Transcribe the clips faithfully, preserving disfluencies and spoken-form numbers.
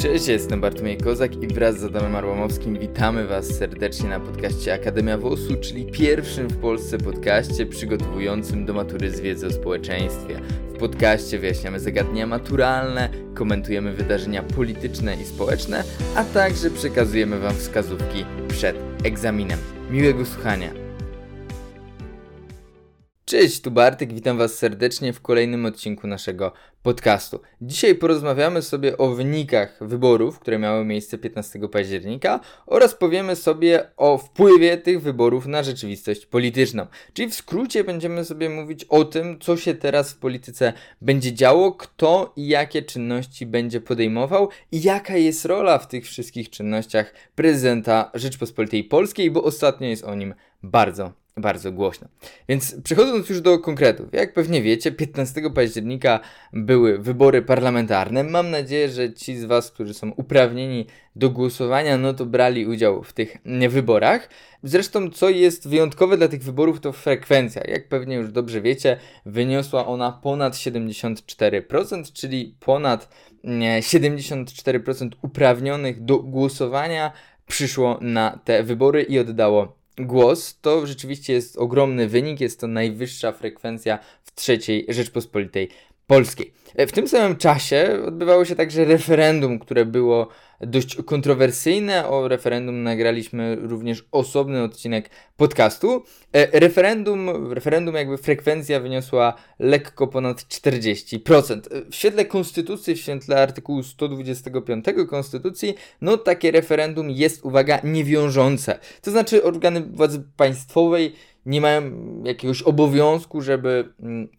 Cześć, jestem Bartłomiej Kozak i wraz z Adamem Arłamowskim witamy Was serdecznie na podcaście Akademia WOS-u, czyli pierwszym w Polsce podcaście przygotowującym do matury z wiedzy o społeczeństwie. W podcaście wyjaśniamy zagadnienia maturalne, komentujemy wydarzenia polityczne i społeczne, a także przekazujemy Wam wskazówki przed egzaminem. Miłego słuchania! Cześć, tu Bartek, witam Was serdecznie w kolejnym odcinku naszego podcastu. Dzisiaj porozmawiamy sobie o wynikach wyborów, które miały miejsce piętnastego października oraz powiemy sobie o wpływie tych wyborów na rzeczywistość polityczną. Czyli w skrócie będziemy sobie mówić o tym, co się teraz w polityce będzie działo, kto i jakie czynności będzie podejmował i jaka jest rola w tych wszystkich czynnościach prezydenta Rzeczypospolitej Polskiej, bo ostatnio jest o nim bardzo Bardzo głośno. Więc przechodząc już do konkretów, jak pewnie wiecie, piętnastego października były wybory parlamentarne. Mam nadzieję, że ci z Was, którzy są uprawnieni do głosowania, no to brali udział w tych wyborach. Zresztą, co jest wyjątkowe dla tych wyborów, to frekwencja. Jak pewnie już dobrze wiecie, wyniosła ona ponad siedemdziesiąt cztery procent, czyli ponad siedemdziesiąt cztery procent uprawnionych do głosowania przyszło na te wybory i oddało głos. To rzeczywiście jest ogromny wynik, jest to najwyższa frekwencja w trzeciej Rzeczpospolitej Polskiej. W tym samym czasie odbywało się także referendum, które było dość kontrowersyjne. O referendum nagraliśmy również osobny odcinek podcastu. Referendum, referendum jakby frekwencja wyniosła lekko ponad czterdzieści procent. W świetle Konstytucji, w świetle artykułu sto dwudziestego piątego Konstytucji, no takie referendum jest, uwaga, niewiążące. To znaczy organy władzy państwowej nie mają jakiegoś obowiązku, żeby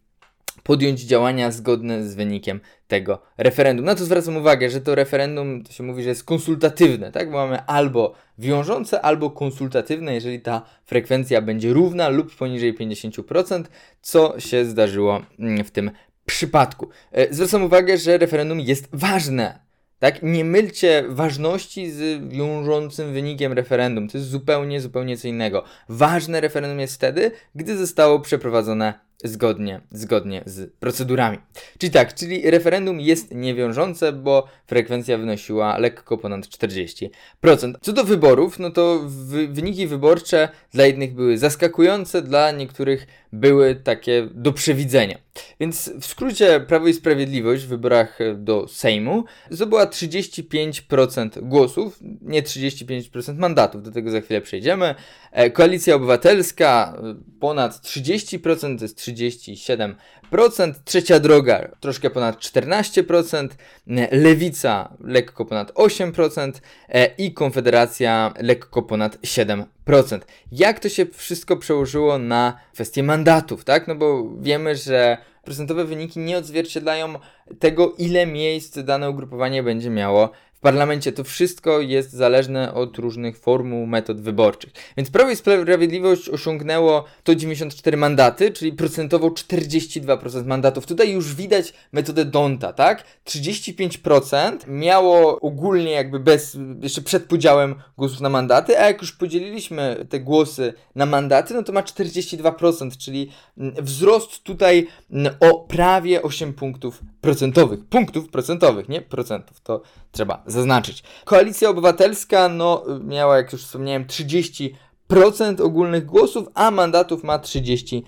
podjąć działania zgodne z wynikiem tego referendum. Na to zwracam uwagę, że to referendum, to się mówi, że jest konsultatywne, tak? Bo mamy albo wiążące, albo konsultatywne, jeżeli ta frekwencja będzie równa lub poniżej pięćdziesiąt procent, co się zdarzyło w tym przypadku. Zwracam uwagę, że referendum jest ważne. Tak? Nie mylcie ważności z wiążącym wynikiem referendum. To jest zupełnie, zupełnie co innego. Ważne referendum jest wtedy, gdy zostało przeprowadzone zgodnie, zgodnie z procedurami. Czyli tak, czyli referendum jest niewiążące, bo frekwencja wynosiła lekko ponad czterdzieści procent. Co do wyborów, no to wy- wyniki wyborcze dla jednych były zaskakujące, dla niektórych były takie do przewidzenia. Więc w skrócie Prawo i Sprawiedliwość w wyborach do Sejmu zdobyła trzydzieści pięć procent głosów, nie trzydzieści pięć procent mandatów, do tego za chwilę przejdziemy. Koalicja Obywatelska ponad trzydzieści procent, to jest trzydzieści siedem procent. Trzecia Droga troszkę ponad czternaście procent. Lewica lekko ponad osiem procent i Konfederacja lekko ponad siedem procent. Jak to się wszystko przełożyło na kwestię mandatów, tak? No bo wiemy, że procentowe wyniki nie odzwierciedlają tego, ile miejsc dane ugrupowanie będzie miało w parlamencie. To wszystko jest zależne od różnych formuł, metod wyborczych. Więc Prawo i Sprawiedliwość osiągnęło sto dziewięćdziesiąt cztery mandaty, czyli procentowo czterdzieści dwa procent mandatów. Tutaj już widać metodę D'Hondta, tak? trzydzieści pięć procent miało ogólnie jakby bez, jeszcze przed podziałem głosów na mandaty, a jak już podzieliliśmy te głosy na mandaty, no to ma czterdzieści dwa procent, czyli wzrost tutaj o prawie osiem punktów procentowych. Punktów procentowych, nie procentów. To trzeba zaznaczyć. Koalicja Obywatelska no, miała, jak już wspomniałem, trzydzieści procent ogólnych głosów, a mandatów ma trzydzieści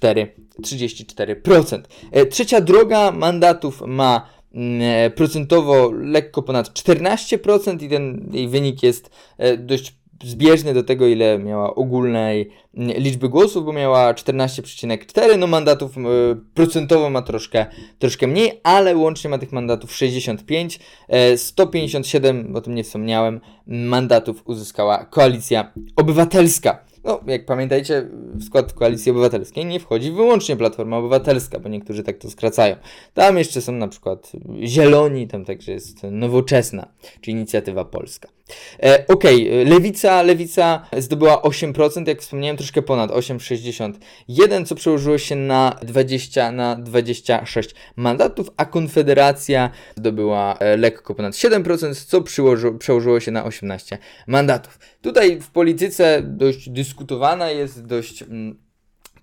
cztery procent. Trzecia Droga mandatów ma mm, procentowo lekko ponad czternaście procent i ten jej wynik jest e, dość zbieżny do tego, ile miała ogólnej liczby głosów, bo miała czternaście przecinek cztery, no mandatów y, procentowo ma troszkę, troszkę mniej, ale łącznie ma tych mandatów sześćdziesiąt pięć, y, sto pięćdziesiąt siedem, o tym nie wspomniałem, mandatów uzyskała Koalicja Obywatelska. No, jak pamiętajcie, w skład Koalicji Obywatelskiej nie wchodzi wyłącznie Platforma Obywatelska, bo niektórzy tak to skracają. Tam jeszcze są na przykład Zieloni, tam także jest Nowoczesna, czy Inicjatywa Polska. E, Okej, okay. Lewica, Lewica zdobyła osiem procent, jak wspomniałem, troszkę ponad osiem przecinek sześćdziesiąt jeden, co przełożyło się na dwadzieścia, na dwadzieścia sześć mandatów, a Konfederacja zdobyła e, lekko ponad siedem procent, co przyłoży, przełożyło się na osiemnaście mandatów. Tutaj w polityce dość dyskutowana jest, dość mm,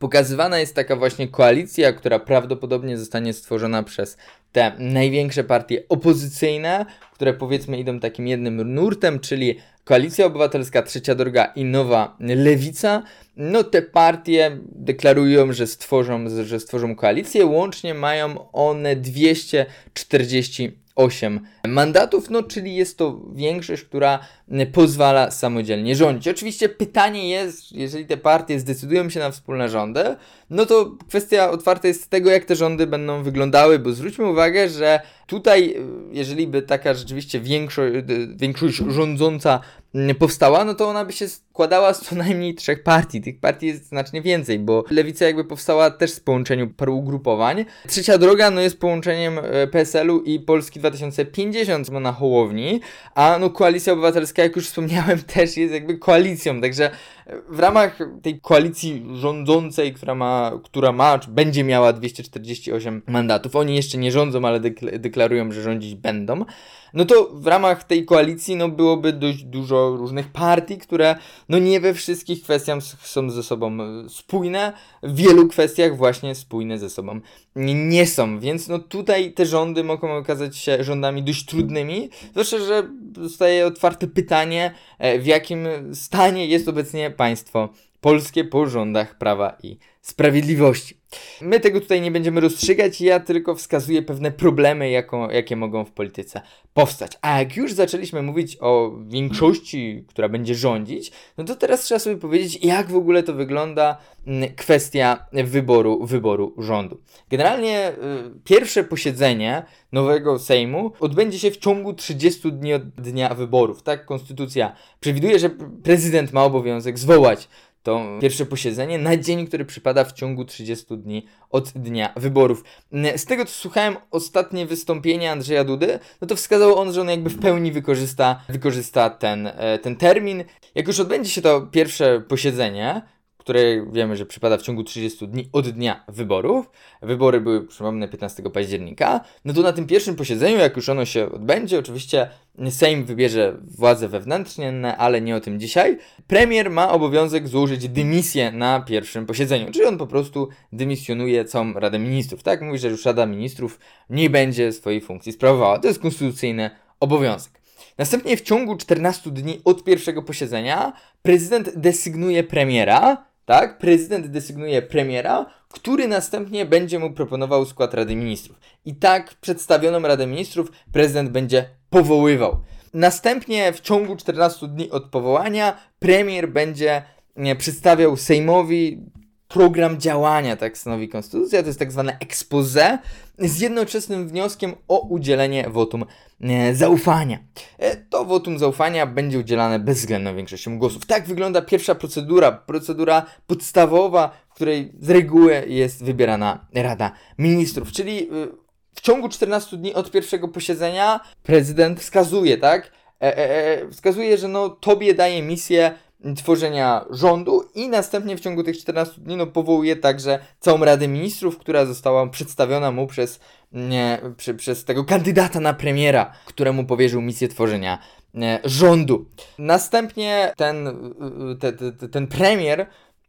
pokazywana jest taka właśnie koalicja, która prawdopodobnie zostanie stworzona przez te największe partie opozycyjne, które powiedzmy idą takim jednym nurtem, czyli Koalicja Obywatelska, Trzecia Droga i Nowa Lewica. No te partie deklarują, że stworzą, że stworzą koalicję. Łącznie mają one dwieście czterdzieści osiem mandatów, no czyli jest to większość, która pozwala samodzielnie rządzić. Oczywiście pytanie jest, jeżeli te partie zdecydują się na wspólne rządy, no to kwestia otwarta jest tego, jak te rządy będą wyglądały, bo zwróćmy uwagę, że tutaj, jeżeli by taka rzeczywiście większość, większość rządząca powstała, no to ona by się składała z co najmniej trzech partii. Tych partii jest znacznie więcej, bo Lewica jakby powstała też z połączeniu paru ugrupowań. Trzecia Droga no jest połączeniem P S L u i Polski dwa tysiące pięćdziesiąt na Hołowni, a no Koalicja Obywatelska, jak już wspomniałem, też jest jakby koalicją, także w ramach tej koalicji rządzącej, która ma, która ma, czy będzie miała dwieście czterdzieści osiem mandatów, oni jeszcze nie rządzą, ale dekl- deklarują, że rządzić będą, no to w ramach tej koalicji no byłoby dość dużo różnych partii, które no nie we wszystkich kwestiach są ze sobą spójne, w wielu kwestiach właśnie spójne ze sobą nie są, więc no tutaj te rządy mogą okazać się rządami dość trudnymi, zwłaszcza, że zostaje otwarte pytanie, w jakim stanie jest obecnie państwo polskie po rządach Prawa i Sprawiedliwości. My tego tutaj nie będziemy rozstrzygać, ja tylko wskazuję pewne problemy, jaką, jakie mogą w polityce powstać. A jak już zaczęliśmy mówić o większości, która będzie rządzić, no to teraz trzeba sobie powiedzieć, jak w ogóle to wygląda kwestia wyboru, wyboru rządu. Generalnie y, pierwsze posiedzenie nowego Sejmu odbędzie się w ciągu trzydziestu dni od dnia wyborów. Tak konstytucja przewiduje, że prezydent ma obowiązek zwołać to pierwsze posiedzenie na dzień, który przypada w ciągu trzydziestu dni od dnia wyborów. Z tego, co słuchałem ostatnie wystąpienie Andrzeja Dudy, no to wskazał on, że on jakby w pełni wykorzysta, wykorzysta ten, ten termin. Jak już odbędzie się to pierwsze posiedzenie, które wiemy, że przypada w ciągu trzydziestu dni od dnia wyborów. Wybory były, przypomnę, piętnastego października. No to na tym pierwszym posiedzeniu, jak już ono się odbędzie, oczywiście Sejm wybierze władze wewnętrzne, ale nie o tym dzisiaj. Premier ma obowiązek złożyć dymisję na pierwszym posiedzeniu, czyli on po prostu dymisjonuje całą Radę Ministrów. Tak mówi, że już Rada Ministrów nie będzie swojej funkcji sprawowała. To jest konstytucyjny obowiązek. Następnie w ciągu czternastu dni od pierwszego posiedzenia prezydent desygnuje premiera, tak? Prezydent desygnuje premiera, który następnie będzie mu proponował skład Rady Ministrów. I tak przedstawioną Radę Ministrów prezydent będzie powoływał. Następnie w ciągu czternastu dni od powołania premier będzie nie, przedstawiał Sejmowi program działania, tak stanowi konstytucja, to jest tak zwane expose, z jednoczesnym wnioskiem o udzielenie wotum e, zaufania. E, to wotum zaufania będzie udzielane bezwzględną większością głosów. Tak wygląda pierwsza procedura, procedura podstawowa, w której z reguły jest wybierana Rada Ministrów, czyli e, w ciągu czternastu dni od pierwszego posiedzenia prezydent wskazuje, tak, e, e, wskazuje, że no tobie daje misję tworzenia rządu i następnie w ciągu tych czternastu dni no, powołuje także całą Radę Ministrów, która została przedstawiona mu przez, nie, przy, przez tego kandydata na premiera, któremu powierzył misję tworzenia nie, rządu. Następnie ten, te, te, ten premier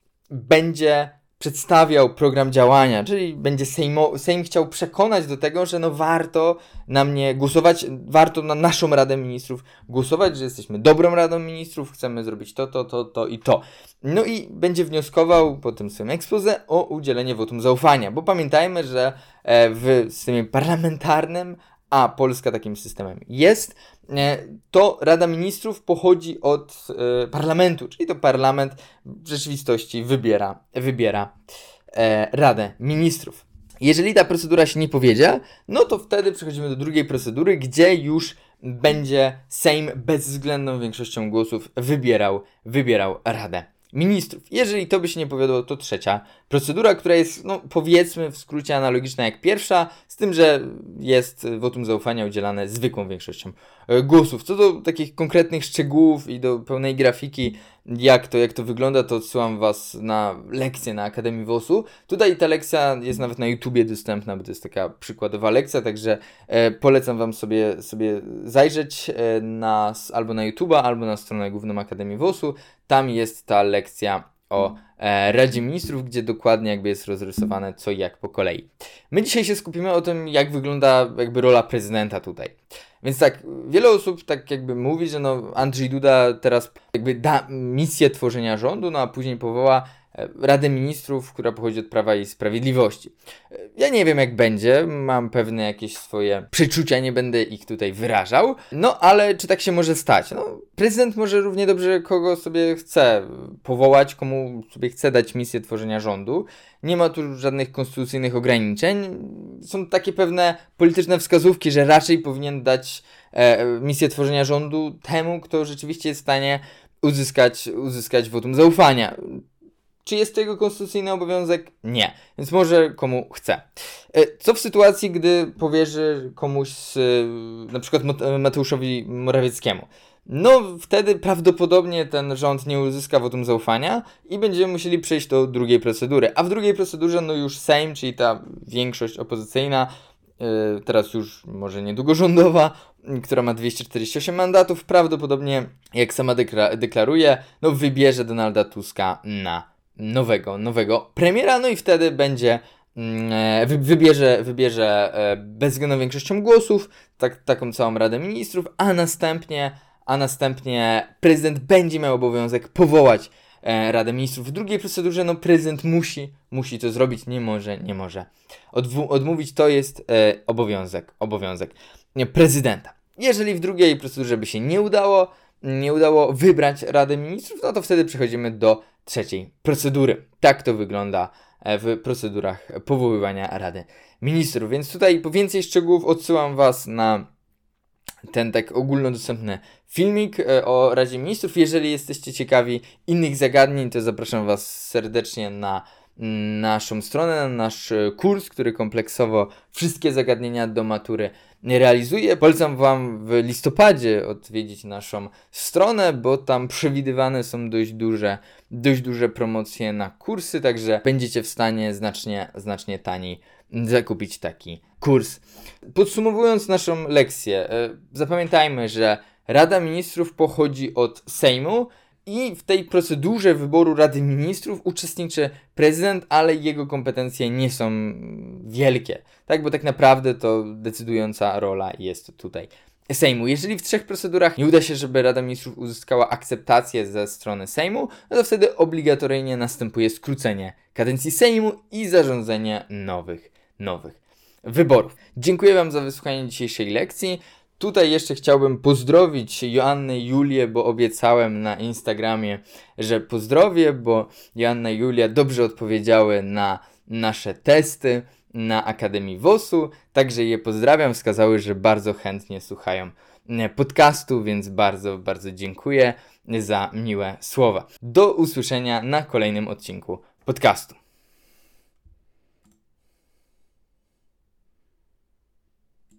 będzie przedstawiał program działania, czyli będzie Sejmo, Sejm chciał przekonać do tego, że no warto na mnie głosować, warto na naszą Radę Ministrów głosować, że jesteśmy dobrą Radą Ministrów, chcemy zrobić to, to, to, to i to. No i będzie wnioskował po tym swoim expose o udzielenie wotum zaufania, bo pamiętajmy, że w systemie parlamentarnym, a Polska takim systemem jest, to Rada Ministrów pochodzi od e, parlamentu, czyli to parlament w rzeczywistości wybiera, wybiera e, Radę Ministrów. Jeżeli ta procedura się nie powiedzie, no to wtedy przechodzimy do drugiej procedury, gdzie już będzie Sejm bezwzględną większością głosów wybierał, wybierał Radę Ministrów. Jeżeli to by się nie powiodło, to trzecia procedura, która jest, no powiedzmy w skrócie analogiczna jak pierwsza, z tym, że jest wotum zaufania udzielane zwykłą większością głosów. Co do takich konkretnych szczegółów i do pełnej grafiki, jak to, jak to wygląda, to odsyłam was na lekcję na Akademii wosu. Tutaj ta lekcja jest nawet na YouTubie dostępna, bo to jest taka przykładowa lekcja, także e, polecam wam sobie, sobie zajrzeć e, na, albo na YouTube'a, albo na stronę główną Akademii wosu. Tam jest ta lekcja o e, Radzie Ministrów, gdzie dokładnie jakby jest rozrysowane co i jak po kolei. My dzisiaj się skupimy o tym, jak wygląda jakby rola prezydenta tutaj. Więc tak, wiele osób tak jakby mówi, że no Andrzej Duda teraz jakby da misję tworzenia rządu, no a później powoła Radę Ministrów, która pochodzi od Prawa i Sprawiedliwości. Ja nie wiem jak będzie, mam pewne jakieś swoje przeczucia, nie będę ich tutaj wyrażał, no ale czy tak się może stać? No, prezydent może równie dobrze kogo sobie chce powołać, komu sobie chce dać misję tworzenia rządu. Nie ma tu żadnych konstytucyjnych ograniczeń. Są takie pewne polityczne wskazówki, że raczej powinien dać e, misję tworzenia rządu temu, kto rzeczywiście jest w stanie uzyskać, uzyskać wotum zaufania. Czy jest to jego konstytucyjny obowiązek? Nie. Więc może komu chce. Co w sytuacji, gdy powierzy komuś, na przykład Mateuszowi Morawieckiemu? No wtedy prawdopodobnie ten rząd nie uzyska wotum zaufania i będziemy musieli przejść do drugiej procedury. A w drugiej procedurze no już Sejm, czyli ta większość opozycyjna, teraz już może niedługo rządowa, która ma dwieście czterdzieści osiem mandatów, prawdopodobnie, jak sama dekla- deklaruje, no wybierze Donalda Tuska na nowego, nowego premiera, no i wtedy będzie, wy, wybierze, wybierze bezwzględną większością głosów tak, taką całą Radę Ministrów, a następnie, a następnie prezydent będzie miał obowiązek powołać Radę Ministrów. W drugiej procedurze no prezydent musi, musi to zrobić, nie może, nie może Odw- odmówić, to jest e, obowiązek, obowiązek prezydenta. Jeżeli w drugiej procedurze by się nie udało, nie udało wybrać Radę Ministrów, no to wtedy przechodzimy do trzeciej procedury. Tak to wygląda w procedurach powoływania Rady Ministrów. Więc tutaj po więcej szczegółów odsyłam Was na ten tak ogólnodostępny filmik o Radzie Ministrów. Jeżeli jesteście ciekawi innych zagadnień, to zapraszam Was serdecznie na naszą stronę, na nasz kurs, który kompleksowo wszystkie zagadnienia do matury realizuje. Polecam Wam w listopadzie odwiedzić naszą stronę, bo tam przewidywane są dość duże, dość duże promocje na kursy, także będziecie w stanie znacznie, znacznie taniej zakupić taki kurs. Podsumowując naszą lekcję, zapamiętajmy, że Rada Ministrów pochodzi od Sejmu, i w tej procedurze wyboru Rady Ministrów uczestniczy prezydent, ale jego kompetencje nie są wielkie, tak? Bo tak naprawdę to decydująca rola jest tutaj Sejmu. Jeżeli w trzech procedurach nie uda się, żeby Rada Ministrów uzyskała akceptację ze strony Sejmu, no to wtedy obligatoryjnie następuje skrócenie kadencji Sejmu i zarządzenie nowych, nowych wyborów. Dziękuję Wam za wysłuchanie dzisiejszej lekcji. Tutaj jeszcze chciałbym pozdrowić Joannę i Julię, bo obiecałem na Instagramie, że pozdrowię, bo Joanna i Julia dobrze odpowiedziały na nasze testy na Akademii W O S-u, także je pozdrawiam, wskazały, że bardzo chętnie słuchają podcastu, więc bardzo, bardzo dziękuję za miłe słowa. Do usłyszenia na kolejnym odcinku podcastu.